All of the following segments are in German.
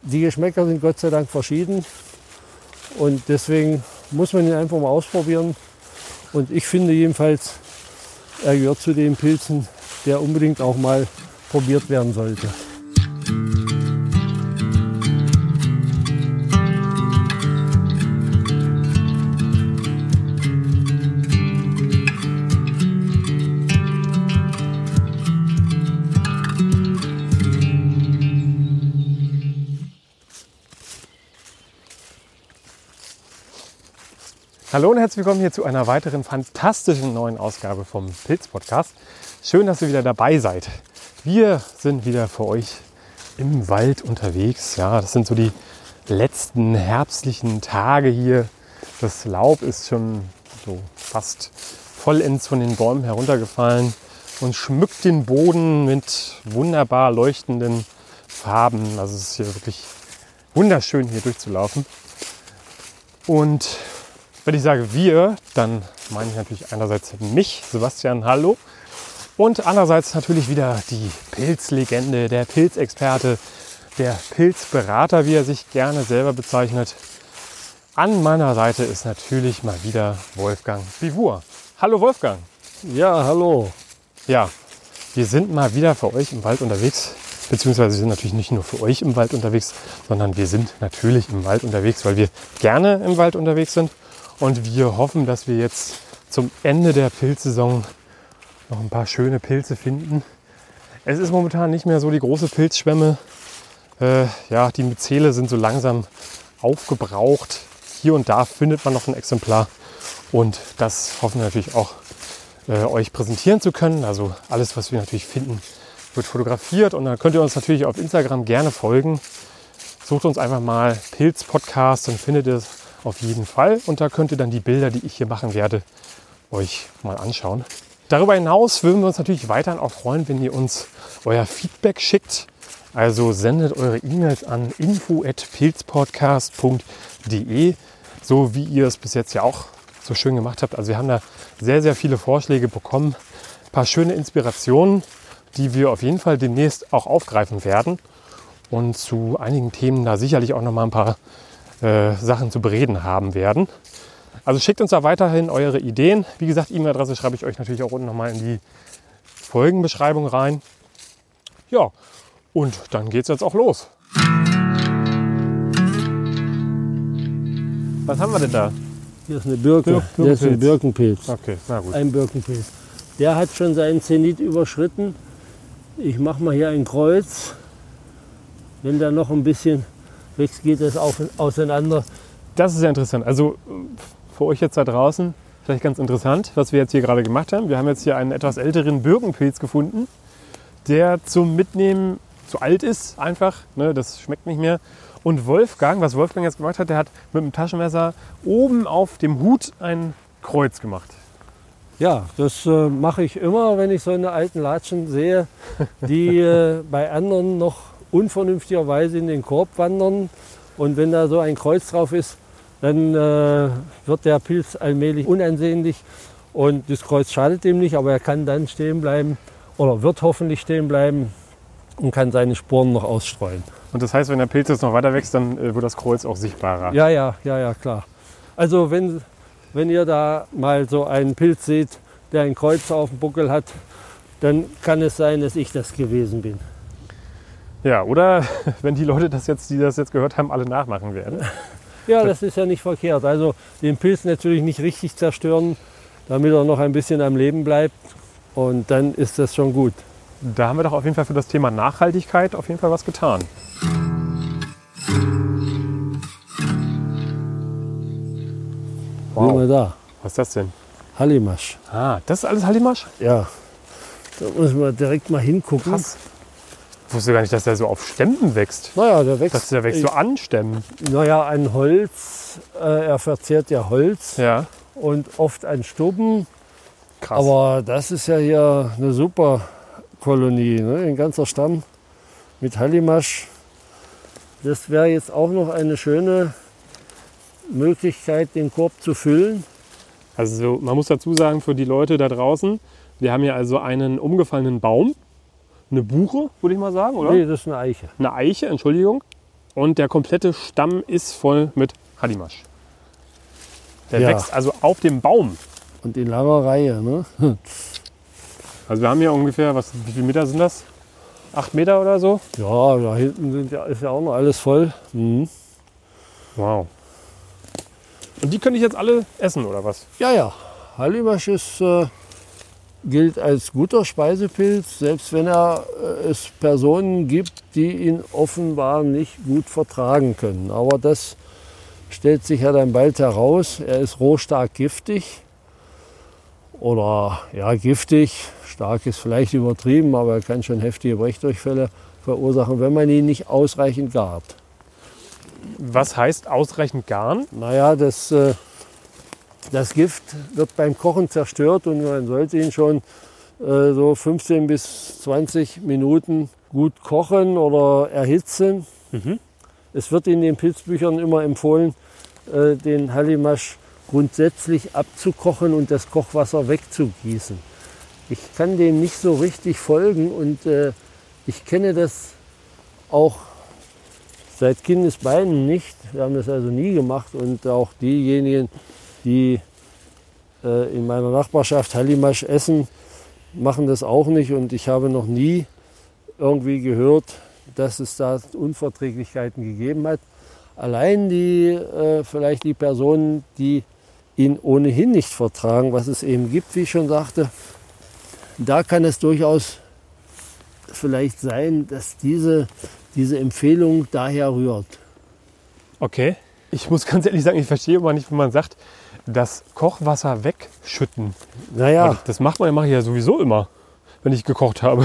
die Geschmäcker sind Gott sei Dank verschieden. Und deswegen muss man ihn einfach mal ausprobieren. Und ich finde jedenfalls, er gehört zu den Pilzen, der unbedingt auch mal probiert werden sollte. Hallo und herzlich willkommen hier zu einer weiteren fantastischen neuen Ausgabe vom Pilz-Podcast. Schön, dass ihr wieder dabei seid. Wir sind wieder für euch im Wald unterwegs. Ja, das sind so die letzten herbstlichen Tage hier. Das Laub ist schon so fast vollends von den Bäumen heruntergefallen und schmückt den Boden mit wunderbar leuchtenden Farben. Also es ist hier wirklich wunderschön, hier durchzulaufen. Und wenn ich sage wir, dann meine ich natürlich einerseits mich, Sebastian, hallo. Und andererseits natürlich wieder die Pilzlegende, der Pilzexperte, der Pilzberater, wie er sich gerne selber bezeichnet. An meiner Seite ist natürlich mal wieder Wolfgang Bivur. Hallo Wolfgang. Ja, hallo. Ja, wir sind mal wieder für euch im Wald unterwegs. Beziehungsweise wir sind natürlich nicht nur für euch im Wald unterwegs, sondern wir sind natürlich im Wald unterwegs, weil wir gerne im Wald unterwegs sind. Und wir hoffen, dass wir jetzt zum Ende der Pilzsaison noch ein paar schöne Pilze finden. Es ist momentan nicht mehr so die große Pilzschwemme. Die Myzele sind so langsam aufgebraucht. Hier und da findet man noch ein Exemplar. Und das hoffen wir natürlich auch euch präsentieren zu können. Also alles, was wir natürlich finden, wird fotografiert. Und dann könnt ihr uns natürlich auf Instagram gerne folgen. Sucht uns einfach mal Pilz-Podcast, dann findet ihr es auf jeden Fall. Und da könnt ihr dann die Bilder, die ich hier machen werde, euch mal anschauen. Darüber hinaus würden wir uns natürlich weiterhin auch freuen, wenn ihr uns euer Feedback schickt. Also sendet eure E-Mails an info@pilzpodcast.de, so wie ihr es bis jetzt ja auch so schön gemacht habt. Also wir haben da sehr, sehr viele Vorschläge bekommen. Ein paar schöne Inspirationen, die wir auf jeden Fall demnächst auch aufgreifen werden. Und zu einigen Themen da sicherlich auch noch mal ein paar Sachen zu bereden haben werden. Also schickt uns da weiterhin eure Ideen. Wie gesagt, E-Mail-Adresse schreibe ich euch natürlich auch unten nochmal in die Folgenbeschreibung rein. Ja, und dann geht es jetzt auch los. Was haben wir denn da? Hier ist eine Birke. Das ist ein Birkenpilz. Okay, na gut. Ein Birkenpilz. Der hat schon seinen Zenit überschritten. Ich mache mal hier ein Kreuz. Wenn da noch ein bisschen wächst, geht es auseinander. Das ist ja interessant. Also für euch jetzt da draußen vielleicht ganz interessant, was wir jetzt hier gerade gemacht haben. Wir haben jetzt hier einen etwas älteren Birkenpilz gefunden, der zum Mitnehmen zu alt ist einfach. Ne, das schmeckt nicht mehr. Und was Wolfgang jetzt gemacht hat, der hat mit dem Taschenmesser oben auf dem Hut ein Kreuz gemacht. Ja, das mache ich immer, wenn ich so eine alten Latschen sehe, die bei anderen noch unvernünftigerweise in den Korb wandern. Und wenn da so ein Kreuz drauf ist, dann wird der Pilz allmählich unansehnlich. Und das Kreuz schadet dem nicht, aber er kann dann stehen bleiben oder wird hoffentlich stehen bleiben und kann seine Sporen noch ausstreuen. Und das heißt, wenn der Pilz jetzt noch weiter wächst, dann wird das Kreuz auch sichtbarer? Ja, klar. Also wenn ihr da mal so einen Pilz seht, der ein Kreuz auf dem Buckel hat, dann kann es sein, dass ich das gewesen bin. Ja, oder wenn die Leute, die das jetzt gehört haben, alle nachmachen werden. Ja, das ist ja nicht verkehrt. Also den Pilz natürlich nicht richtig zerstören, damit er noch ein bisschen am Leben bleibt. Und dann ist das schon gut. Da haben wir doch auf jeden Fall für das Thema Nachhaltigkeit auf jeden Fall was getan. Wow. Mal da. Was ist das denn? Hallimasch. Ah, das ist alles Hallimasch? Ja. Da müssen wir direkt mal hingucken. Krass. Ich wusste gar nicht, dass der so auf Stämmen wächst. Naja, der wächst. Der wächst so an Stämmen. Naja, an Holz. Er verzehrt ja Holz. Ja. Und oft an Stubben. Krass. Aber das ist ja hier eine super Kolonie. Ne? Ein ganzer Stamm mit Hallimasch. Das wäre jetzt auch noch eine schöne Möglichkeit, den Korb zu füllen. Also man muss dazu sagen, für die Leute da draußen, wir haben hier also einen umgefallenen Baum. Eine Buche, würde ich mal sagen, oder? Nee, das ist eine Eiche. Eine Eiche, Entschuldigung. und der komplette Stamm ist voll mit Hallimasch. Der Ja. wächst also auf dem Baum. Und in langer Reihe. Ne? Also wir haben hier ungefähr, wie viele Meter sind das? 8 Meter oder so? Ja, da hinten ist ja auch noch alles voll. Mhm. Wow. Und die könnte ich jetzt alle essen, oder was? Ja. Hallimasch gilt als guter Speisepilz, selbst wenn es Personen gibt, die ihn offenbar nicht gut vertragen können. Aber das stellt sich ja dann bald heraus. Er ist rohstark giftig. Oder ja, giftig. Stark ist vielleicht übertrieben, aber er kann schon heftige Brechdurchfälle verursachen, wenn man ihn nicht ausreichend gart. Was heißt ausreichend garen? Naja, das Gift wird beim Kochen zerstört und man sollte ihn schon so 15 bis 20 Minuten gut kochen oder erhitzen. Es wird in den Pilzbüchern immer empfohlen, den Hallimasch grundsätzlich abzukochen und das Kochwasser wegzugießen. Ich kann dem nicht so richtig folgen und ich kenne das auch seit Kindesbeinen nicht. Wir haben das also nie gemacht und auch diejenigen, die in meiner Nachbarschaft Hallimasch essen, machen das auch nicht. Und ich habe noch nie irgendwie gehört, dass es da Unverträglichkeiten gegeben hat. Allein vielleicht die Personen, die ihn ohnehin nicht vertragen, was es eben gibt, wie ich schon sagte, da kann es durchaus vielleicht sein, dass diese Empfehlung daher rührt. Okay. Ich muss ganz ehrlich sagen, ich verstehe immer nicht, wenn man sagt, das Kochwasser wegschütten. Naja, Das mache ich ja sowieso immer, wenn ich gekocht habe.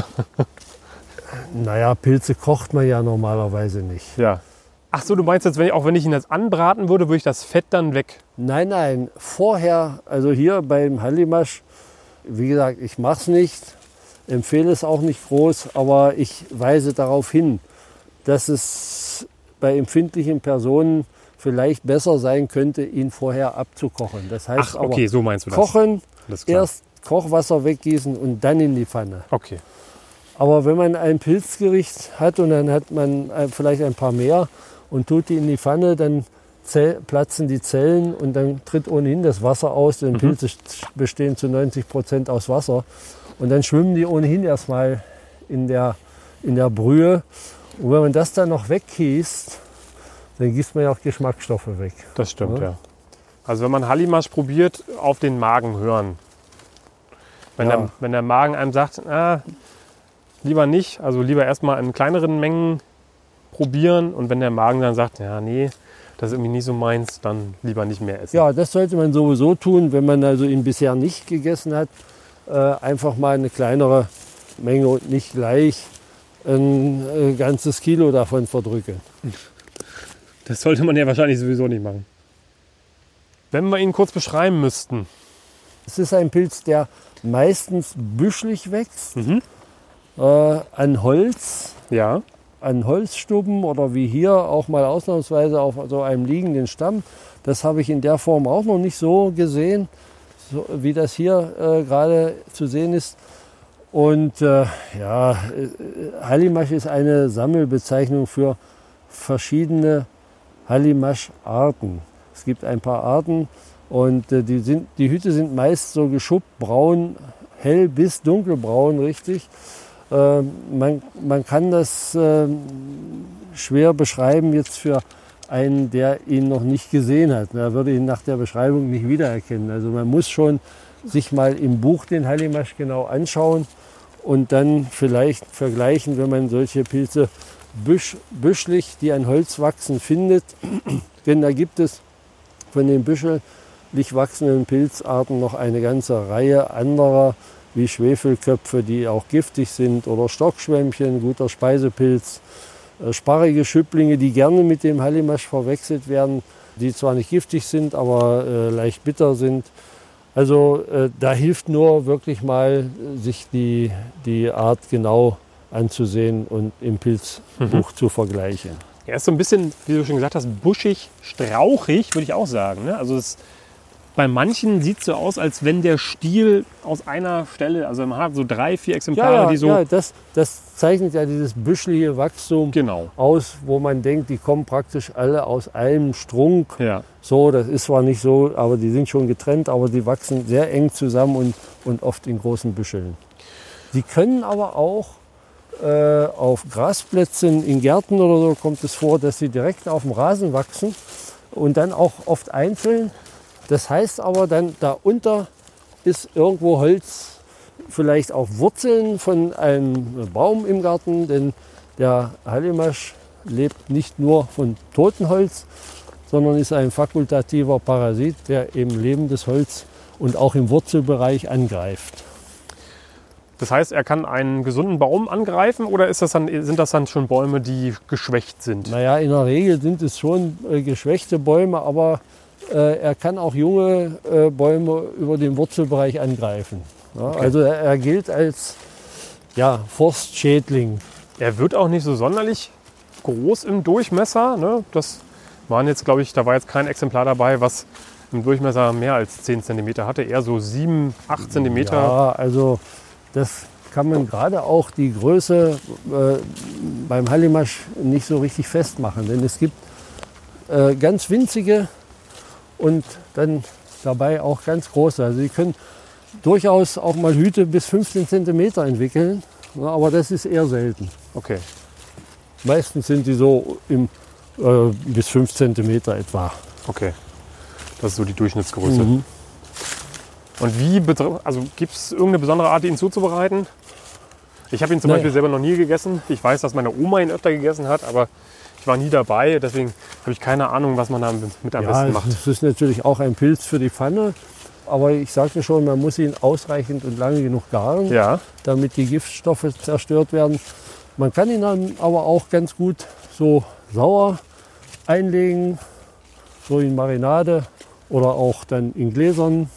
Pilze kocht man ja normalerweise nicht. Ja. Ach so, du meinst jetzt, wenn ich ihn jetzt anbraten würde, würde ich das Fett dann weg? Nein, vorher, also hier beim Hallimasch, wie gesagt, ich mache es nicht, empfehle es auch nicht groß, aber ich weise darauf hin, dass es bei empfindlichen Personen vielleicht besser sein könnte, ihn vorher abzukochen. Das heißt okay, so meinst du das. Kochen, Alles klar. erst Kochwasser weggießen und dann in die Pfanne. Okay. Aber wenn man ein Pilzgericht hat und dann hat man vielleicht ein paar mehr und tut die in die Pfanne, dann platzen die Zellen und dann tritt ohnehin das Wasser aus, denn Pilze bestehen zu 90% aus Wasser. Und dann schwimmen die ohnehin erstmal in der Brühe. Und wenn man das dann noch weggießt, dann gießt man ja auch Geschmacksstoffe weg. Das stimmt, ja. Also wenn man Hallimasch probiert, auf den Magen hören. Wenn der Magen einem sagt, lieber nicht, also lieber erstmal in kleineren Mengen probieren. Und wenn der Magen dann sagt, ja, nee, das ist irgendwie nicht so meins, dann lieber nicht mehr essen. Ja, das sollte man sowieso tun, wenn man also ihn bisher nicht gegessen hat. Einfach mal eine kleinere Menge und nicht gleich ein ganzes Kilo davon verdrücken. Das sollte man ja wahrscheinlich sowieso nicht machen. Wenn wir ihn kurz beschreiben müssten. Es ist ein Pilz, der meistens büschelig wächst, an Holz, Ja. an Holzstubben oder wie hier auch mal ausnahmsweise auf so einem liegenden Stamm. Das habe ich in der Form auch noch nicht so gesehen, so wie das hier gerade zu sehen ist. Und Hallimasch ist eine Sammelbezeichnung für verschiedene Hallimasch-Arten. Es gibt ein paar Arten und die Hüte sind meist so geschuppt, braun, hell bis dunkelbraun, richtig. Man kann das schwer beschreiben jetzt für einen, der ihn noch nicht gesehen hat. Er würde ihn nach der Beschreibung nicht wiedererkennen. Also man muss schon sich mal im Buch den Hallimasch genau anschauen und dann vielleicht vergleichen, wenn man solche Pilze büschelig, die an Holz wachsen, findet. Denn da gibt es von den büschelig wachsenden Pilzarten noch eine ganze Reihe anderer, wie Schwefelköpfe, die auch giftig sind, oder Stockschwämmchen, guter Speisepilz, sparrige Schüpplinge, die gerne mit dem Hallimasch verwechselt werden, die zwar nicht giftig sind, aber leicht bitter sind. Also da hilft nur wirklich mal, sich die Art genau anzusehen und im Pilzbuch zu vergleichen. Er ist so ein bisschen, wie du schon gesagt hast, buschig, strauchig, würde ich auch sagen. Ne? Also bei manchen sieht es so aus, als wenn der Stiel aus einer Stelle, also man hat so 3, 4 Exemplare, die so... Ja, das zeichnet ja dieses büschelige Wachstum Genau. aus, wo man denkt, die kommen praktisch alle aus einem Strunk. Ja. So, das ist zwar nicht so, aber die sind schon getrennt, aber die wachsen sehr eng zusammen und oft in großen Büscheln. Die können aber auch auf Grasplätzen in Gärten oder so kommt es vor, dass sie direkt auf dem Rasen wachsen und dann auch oft einzeln. Das heißt aber dann, darunter ist irgendwo Holz, vielleicht auch Wurzeln von einem Baum im Garten, denn der Hallimasch lebt nicht nur von totem Holz, sondern ist ein fakultativer Parasit, der eben lebendes Holz und auch im Wurzelbereich angreift. Das heißt, er kann einen gesunden Baum angreifen oder sind das dann schon Bäume, die geschwächt sind? Naja, in der Regel sind es schon geschwächte Bäume, aber er kann auch junge Bäume über den Wurzelbereich angreifen. Ja, Okay. Also er gilt als Forstschädling. Er wird auch nicht so sonderlich groß im Durchmesser. Ne? Das waren jetzt, glaube ich, da war jetzt kein Exemplar dabei, was im Durchmesser mehr als 10 cm hatte. Eher so 7, 8 cm. Ja, also das kann man gerade auch die Größe beim Hallimasch nicht so richtig festmachen. Denn es gibt ganz winzige und dann dabei auch ganz große. Also die können durchaus auch mal Hüte bis 15 cm entwickeln, ja, aber das ist eher selten. Okay. Meistens sind die so bis 5 cm etwa. Okay. Das ist so die Durchschnittsgröße. Mhm. Und gibt es irgendeine besondere Art, ihn zuzubereiten? Ich habe ihn zum Nee. Beispiel selber noch nie gegessen. Ich weiß, dass meine Oma ihn öfter gegessen hat, aber ich war nie dabei. Deswegen habe ich keine Ahnung, was man da mit am besten macht. Das ist natürlich auch ein Pilz für die Pfanne. Aber ich sagte schon, man muss ihn ausreichend und lange genug garen, Ja, damit die Giftstoffe zerstört werden. Man kann ihn dann aber auch ganz gut so sauer einlegen, so in Marinade oder auch dann in Gläsern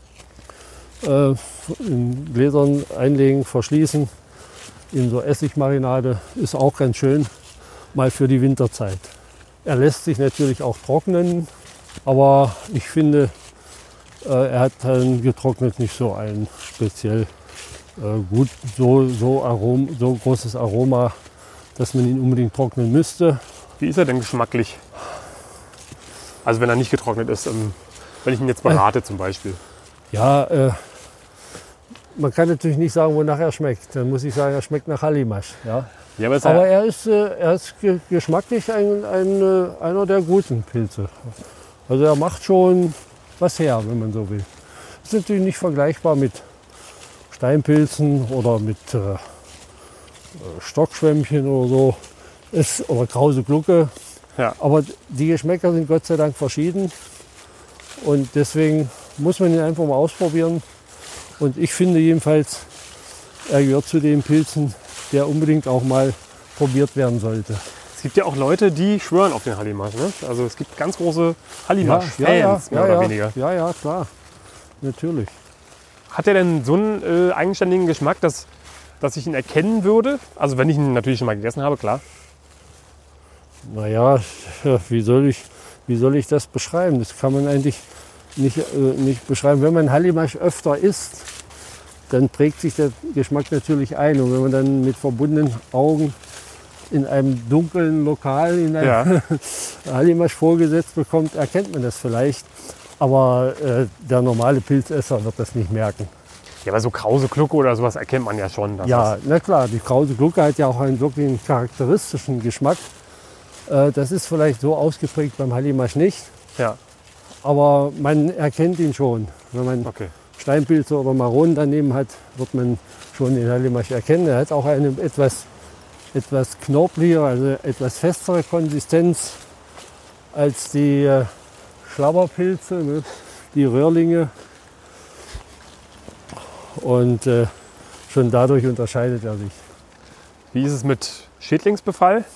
einlegen, verschließen. In so Essigmarinade ist auch ganz schön, mal für die Winterzeit. Er lässt sich natürlich auch trocknen, aber ich finde, er hat dann getrocknet nicht so ein speziell gut, so großes Aroma, dass man ihn unbedingt trocknen müsste. wie ist er denn geschmacklich? Also wenn er nicht getrocknet ist, wenn ich ihn jetzt berate zum Beispiel. Ja, man kann natürlich nicht sagen, wonach er schmeckt. Dann muss ich sagen, er schmeckt nach Hallimasch. Ja. Ja, aber Aber er ist geschmacklich einer der guten Pilze. Also er macht schon was her, wenn man so will. Ist natürlich nicht vergleichbar mit Steinpilzen oder mit Stockschwämmchen oder so. Oder Krause Glucke. Ja. Aber die Geschmäcker sind Gott sei Dank verschieden. Und deswegen muss man ihn einfach mal ausprobieren. Und ich finde jedenfalls, er gehört zu den Pilzen, der unbedingt auch mal probiert werden sollte. Es gibt ja auch Leute, die schwören auf den Hallimasch. Ne? Also es gibt ganz große Hallimasch-Fans, mehr oder weniger. Ja, klar. Natürlich. Hat er denn so einen eigenständigen Geschmack, dass ich ihn erkennen würde? Also wenn ich ihn natürlich schon mal gegessen habe, klar. Naja, wie soll ich das beschreiben? Das kann man eigentlich nicht beschreiben. Wenn man Hallimasch öfter isst, dann prägt sich der Geschmack natürlich ein. Und wenn man dann mit verbundenen Augen in einem dunklen Lokal in einem Hallimasch vorgesetzt bekommt, erkennt man das vielleicht. Aber der normale Pilzesser wird das nicht merken. Ja, aber so Krause Glucke oder sowas erkennt man ja schon. Ja, na klar, die Krause Glucke hat ja auch einen wirklich charakteristischen Geschmack. Das ist vielleicht so ausgeprägt beim Hallimasch nicht, Ja, aber man erkennt ihn schon. Wenn man okay. Steinpilze oder Maronen daneben hat, wird man schon den Hallimasch erkennen. Er hat auch eine etwas knorpelige, also etwas festere Konsistenz als die Schlabberpilze, ne, die Röhrlinge. Und schon dadurch unterscheidet er sich. Wie ist es mit Schädlingsbefall?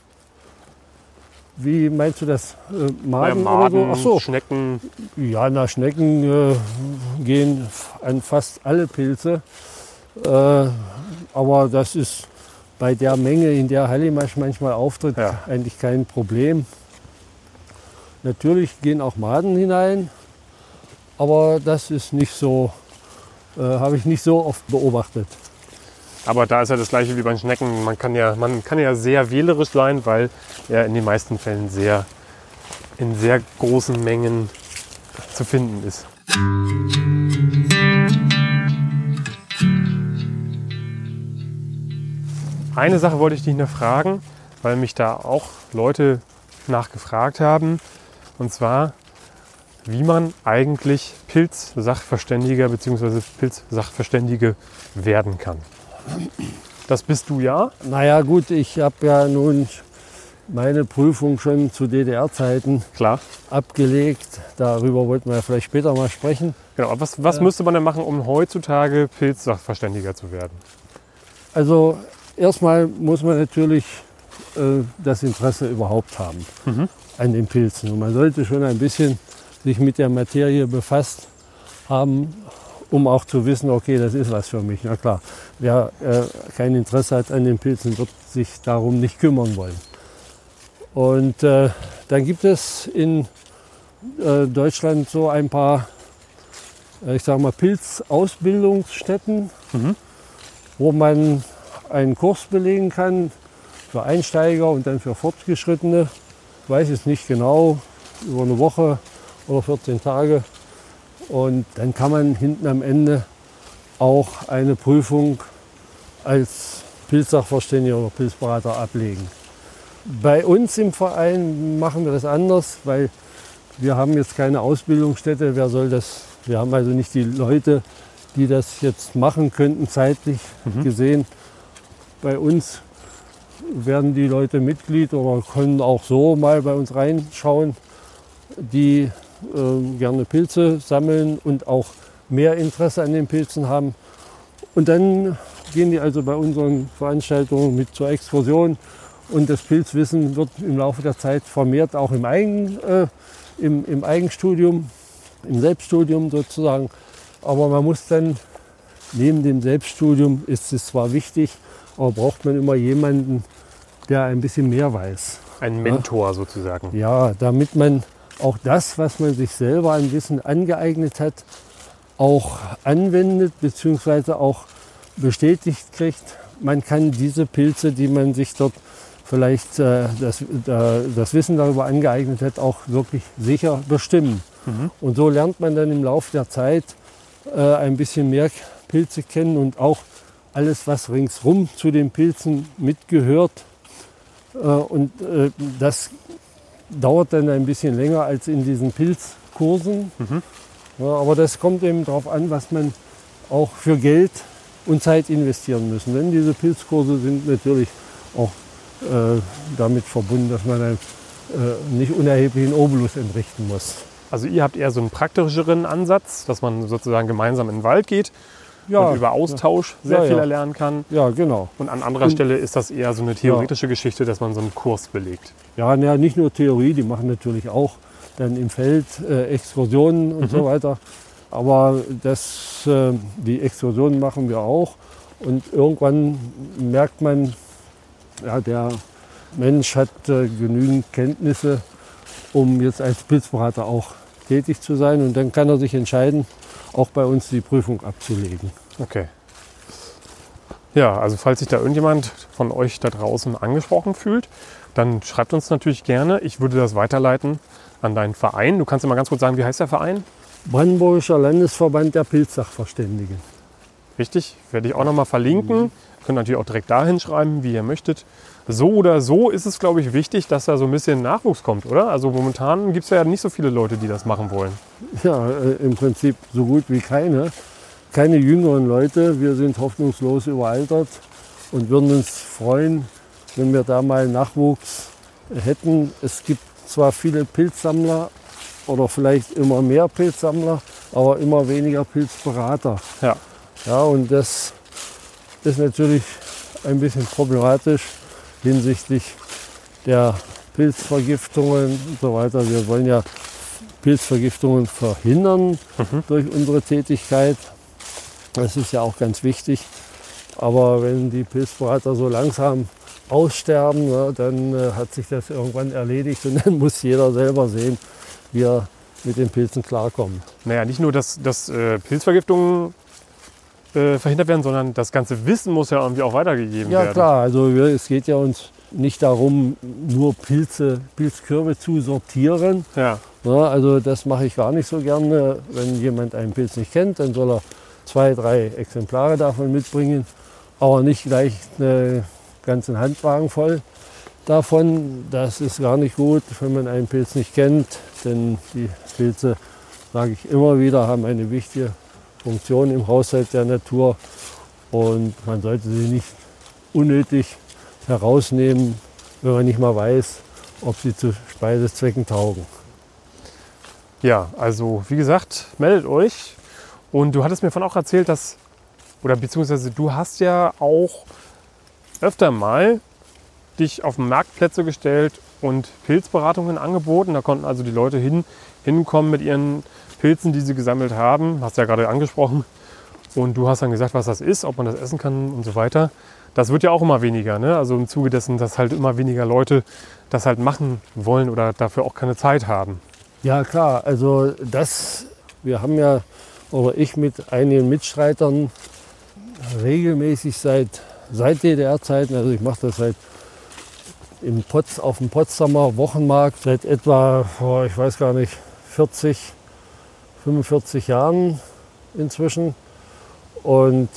Wie meinst du das? Maden, Maden, oder so? Ach so. Schnecken. Ja, na, Schnecken gehen an fast alle Pilze. Aber das ist bei der Menge, in der Hallimasch manchmal auftritt, eigentlich kein Problem. Natürlich gehen auch Maden hinein. aber das ist nicht so, habe ich nicht so oft beobachtet. Aber da ist ja das Gleiche wie bei den Schnecken. Man kann ja sehr wählerisch sein, weil er in den meisten Fällen in sehr großen Mengen zu finden ist. Eine Sache wollte ich dich noch fragen, weil mich da auch Leute nachgefragt haben. Und zwar, wie man eigentlich Pilzsachverständiger bzw. Pilzsachverständige werden kann. Das bist du ja? Naja gut, ich habe ja nun meine Prüfung schon zu DDR-Zeiten abgelegt. Darüber wollten wir ja vielleicht später mal sprechen. Genau, was müsste man denn machen, um heutzutage Pilzsachverständiger zu werden? Also erstmal muss man natürlich das Interesse überhaupt haben an den Pilzen. Und man sollte schon ein bisschen sich mit der Materie befasst haben, um auch zu wissen, okay, das ist was für mich. Na klar, wer kein Interesse hat an den Pilzen, wird sich darum nicht kümmern wollen. Und dann gibt es in Deutschland so ein paar, ich sage mal, Pilzausbildungsstätten, wo man einen Kurs belegen kann für Einsteiger und dann für Fortgeschrittene. Ich weiß es nicht genau, über eine Woche oder 14 Tage. Und dann kann man hinten am Ende auch eine Prüfung als Pilzsachverständiger oder Pilzberater ablegen. Bei uns im Verein machen wir das anders, weil wir haben jetzt keine Ausbildungsstätte. Wer soll das? Wir haben also nicht die Leute, die das jetzt machen könnten, zeitlich gesehen. Bei uns werden die Leute Mitglied oder können auch so mal bei uns reinschauen, die gerne Pilze sammeln und auch mehr Interesse an den Pilzen haben. Und dann gehen die also bei unseren Veranstaltungen mit zur Exkursion. Und das Pilzwissen wird im Laufe der Zeit vermehrt, auch im Eigenstudium, im Selbststudium sozusagen. Aber man muss dann, neben dem Selbststudium ist es zwar wichtig, aber braucht man immer jemanden, der ein bisschen mehr weiß. Ein Mentor sozusagen. Ja, damit man auch das, was man sich selber an Wissen angeeignet hat, auch anwendet bzw. auch bestätigt kriegt. Man kann diese Pilze, die man sich dort vielleicht das Wissen darüber angeeignet hat, auch wirklich sicher bestimmen. Und so lernt man dann im Laufe der Zeit ein bisschen mehr Pilze kennen und auch alles, was ringsrum zu den Pilzen mitgehört. Und das dauert dann ein bisschen länger als in diesen Pilzkursen. Ja, aber das kommt eben darauf an, was man auch für Geld und Zeit investieren müssen. Denn diese Pilzkurse sind natürlich auch damit verbunden, dass man einen nicht unerheblichen Obolus entrichten muss. Also ihr habt eher so einen praktischeren Ansatz, dass man sozusagen gemeinsam in den Wald geht und über Austausch sehr viel erlernen kann. Ja, genau. Und an anderer Stelle ist das eher so eine theoretische Geschichte, dass man so einen Kurs belegt. Ja, nicht nur Theorie, die machen natürlich auch dann im Feld Exkursionen und so weiter. Aber die Exkursionen machen wir auch. Und irgendwann merkt man, ja, der Mensch hat genügend Kenntnisse, um jetzt als Pilzberater auch tätig zu sein. Und dann kann er sich entscheiden, auch bei uns die Prüfung abzulegen. Okay. Ja, also falls sich da irgendjemand von euch da draußen angesprochen fühlt, dann schreibt uns natürlich gerne. Ich würde das weiterleiten an deinen Verein. Du kannst ja mal ganz kurz sagen, wie heißt der Verein? Brandenburgischer Landesverband der Pilzsachverständigen. Richtig, werde ich auch noch mal verlinken. Könnt natürlich auch direkt dahin schreiben, wie ihr möchtet. So oder so ist es, glaube ich, wichtig, dass da so ein bisschen Nachwuchs kommt, oder? Also momentan gibt es ja nicht so viele Leute, die das machen wollen. Ja, im Prinzip so gut wie keine. Keine jüngeren Leute. Wir sind hoffnungslos überaltert und würden uns freuen, wenn wir da mal Nachwuchs hätten. Es gibt zwar viele Pilzsammler oder vielleicht immer mehr Pilzsammler, aber immer weniger Pilzberater. Ja. Ja, und das ist natürlich ein bisschen problematisch hinsichtlich der Pilzvergiftungen und so weiter. Wir wollen ja Pilzvergiftungen verhindern durch unsere Tätigkeit. Das ist ja auch ganz wichtig. Aber wenn die Pilzberater so langsam aussterben, dann hat sich das irgendwann erledigt und dann muss jeder selber sehen, wie er mit den Pilzen klarkommen. Naja, nicht nur, dass Pilzvergiftungen verhindert werden, sondern das ganze Wissen muss ja irgendwie auch weitergegeben werden. Ja klar, also es geht ja uns nicht darum, nur Pilzkörbe zu sortieren. Ja. Ja, also das mache ich gar nicht so gerne. Wenn jemand einen Pilz nicht kennt, dann soll er 2, 3 Exemplare davon mitbringen, aber nicht gleich einen ganzen Handwagen voll davon. Das ist gar nicht gut, wenn man einen Pilz nicht kennt, denn die Pilze, sage ich immer wieder, haben eine wichtige Funktion im Haushalt der Natur und man sollte sie nicht unnötig herausnehmen, wenn man nicht mal weiß, ob sie zu Speisezwecken taugen. Ja, also wie gesagt, meldet euch. Und du hattest mir von auch erzählt, beziehungsweise du hast ja auch öfter mal dich auf Marktplätze gestellt und Pilzberatungen angeboten. Da konnten also die Leute hinkommen mit ihren Pilzen, die sie gesammelt haben. Hast ja gerade angesprochen. Und du hast dann gesagt, was das ist, ob man das essen kann und so weiter. Das wird ja auch immer weniger, ne? Also im Zuge dessen, dass halt immer weniger Leute das halt machen wollen oder dafür auch keine Zeit haben. Ja klar, also wir haben ja, oder ich mit einigen Mitstreitern regelmäßig seit DDR-Zeiten, also ich mache das auf dem Potsdamer Wochenmarkt seit etwa, ich weiß gar nicht, 45 Jahren inzwischen. Und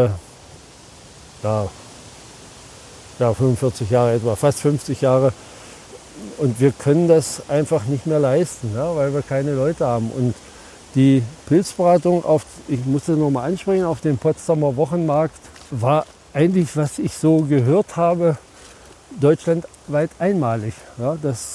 45 Jahre etwa, fast 50 Jahre. Und wir können das einfach nicht mehr leisten, ja, weil wir keine Leute haben. Und die Pilzberatung, ich muss das nochmal ansprechen, auf dem Potsdamer Wochenmarkt war eigentlich, was ich so gehört habe, deutschlandweit einmalig. Ja, dass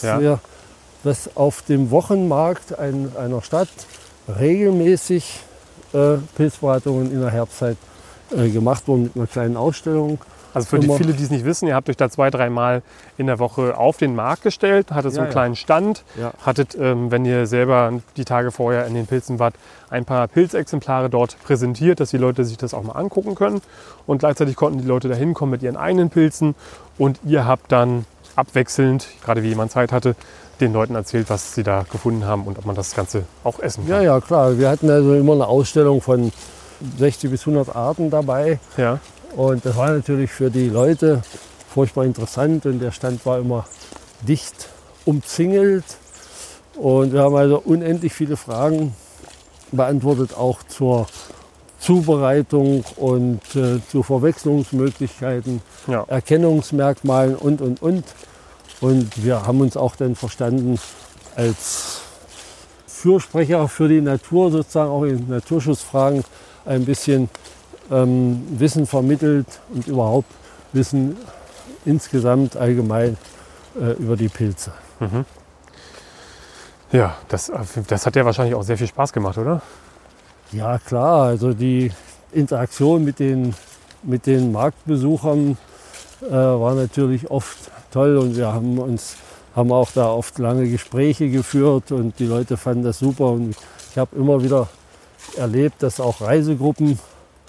auf dem Wochenmarkt einer Stadt regelmäßig Pilzberatungen in der Herbstzeit gemacht wurden mit einer kleinen Ausstellung. Also für viele, die es nicht wissen, ihr habt euch da 2-3 Mal in der Woche auf den Markt gestellt, hattet so einen kleinen Stand, hattet, wenn ihr selber die Tage vorher in den Pilzen wart, ein paar Pilzexemplare dort präsentiert, dass die Leute sich das auch mal angucken können. Und gleichzeitig konnten die Leute da hinkommen mit ihren eigenen Pilzen und ihr habt dann abwechselnd, gerade wie jemand Zeit hatte, den Leuten erzählt, was sie da gefunden haben und ob man das Ganze auch essen kann. Ja, klar. Wir hatten also immer eine Ausstellung von 60 bis 100 Arten dabei. Ja. Und das war natürlich für die Leute furchtbar interessant und der Stand war immer dicht umzingelt. Und wir haben also unendlich viele Fragen beantwortet, auch zur Zubereitung und zu Verwechslungsmöglichkeiten, Erkennungsmerkmalen und. Und wir haben uns auch dann verstanden als Fürsprecher für die Natur, sozusagen auch in Naturschutzfragen ein bisschen Wissen vermittelt und überhaupt Wissen insgesamt allgemein über die Pilze. Mhm. Ja, das hat ja wahrscheinlich auch sehr viel Spaß gemacht, oder? Ja klar, also die Interaktion mit den Marktbesuchern war natürlich oft toll und wir haben auch da oft lange Gespräche geführt und die Leute fanden das super. Und ich habe immer wieder erlebt, dass auch Reisegruppen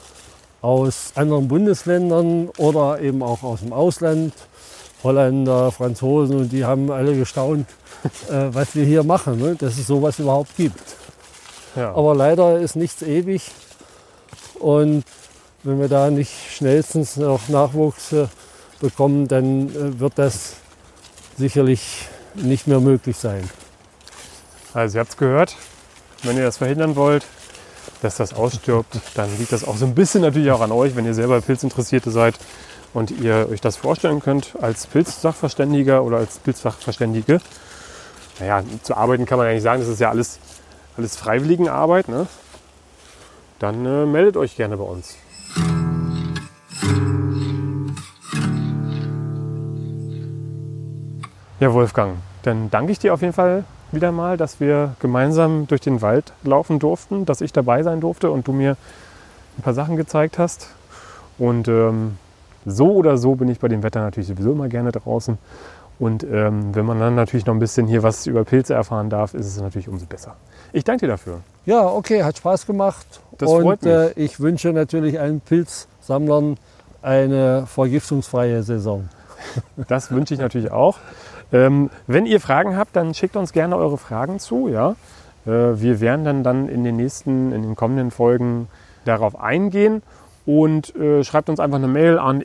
aus anderen Bundesländern oder eben auch aus dem Ausland, Holländer, Franzosen, und die haben alle gestaunt, was wir hier machen, ne? Dass es sowas überhaupt gibt. Ja. Aber leider ist nichts ewig und wenn wir da nicht schnellstens noch Nachwuchs bekommen, dann wird das sicherlich nicht mehr möglich sein. Also ihr habt es gehört, wenn ihr das verhindern wollt, dass das ausstirbt, dann liegt das auch so ein bisschen natürlich auch an euch, wenn ihr selber Pilzinteressierte seid und ihr euch das vorstellen könnt als Pilzsachverständiger oder als Pilzsachverständige. Naja, zu arbeiten kann man ja nicht sagen, das ist ja alles Freiwilligenarbeit, ne? Dann meldet euch gerne bei uns. Ja, Wolfgang, dann danke ich dir auf jeden Fall wieder mal, dass wir gemeinsam durch den Wald laufen durften, dass ich dabei sein durfte und du mir ein paar Sachen gezeigt hast. Und so oder so bin ich bei dem Wetter natürlich sowieso immer gerne draußen. Und wenn man dann natürlich noch ein bisschen hier was über Pilze erfahren darf, ist es natürlich umso besser. Ich danke dir dafür. Ja, okay, hat Spaß gemacht. Das freut mich. Ich wünsche natürlich allen Pilzsammlern eine vergiftungsfreie Saison. Das wünsche ich natürlich auch. Wenn ihr Fragen habt, dann schickt uns gerne eure Fragen zu. Ja? Wir werden dann in den kommenden Folgen darauf eingehen und schreibt uns einfach eine Mail an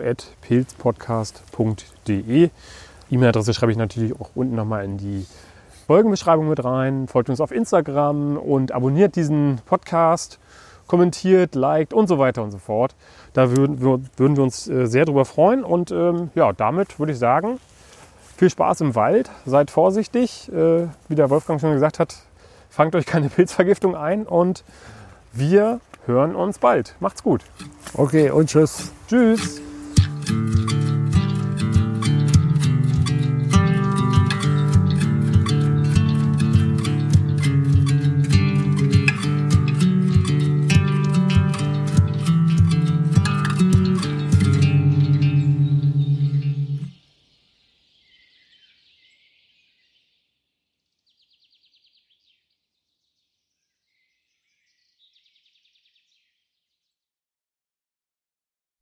info@pilzpodcast.de. E-Mail-Adresse schreibe ich natürlich auch unten nochmal in die Folgenbeschreibung mit rein. Folgt uns auf Instagram und abonniert diesen Podcast, kommentiert, liked und so weiter und so fort. Da würden wir uns sehr drüber freuen. Und damit würde ich sagen, viel Spaß im Wald, seid vorsichtig. Wie der Wolfgang schon gesagt hat, fangt euch keine Pilzvergiftung ein und wir hören uns bald. Macht's gut. Okay, und tschüss. Tschüss.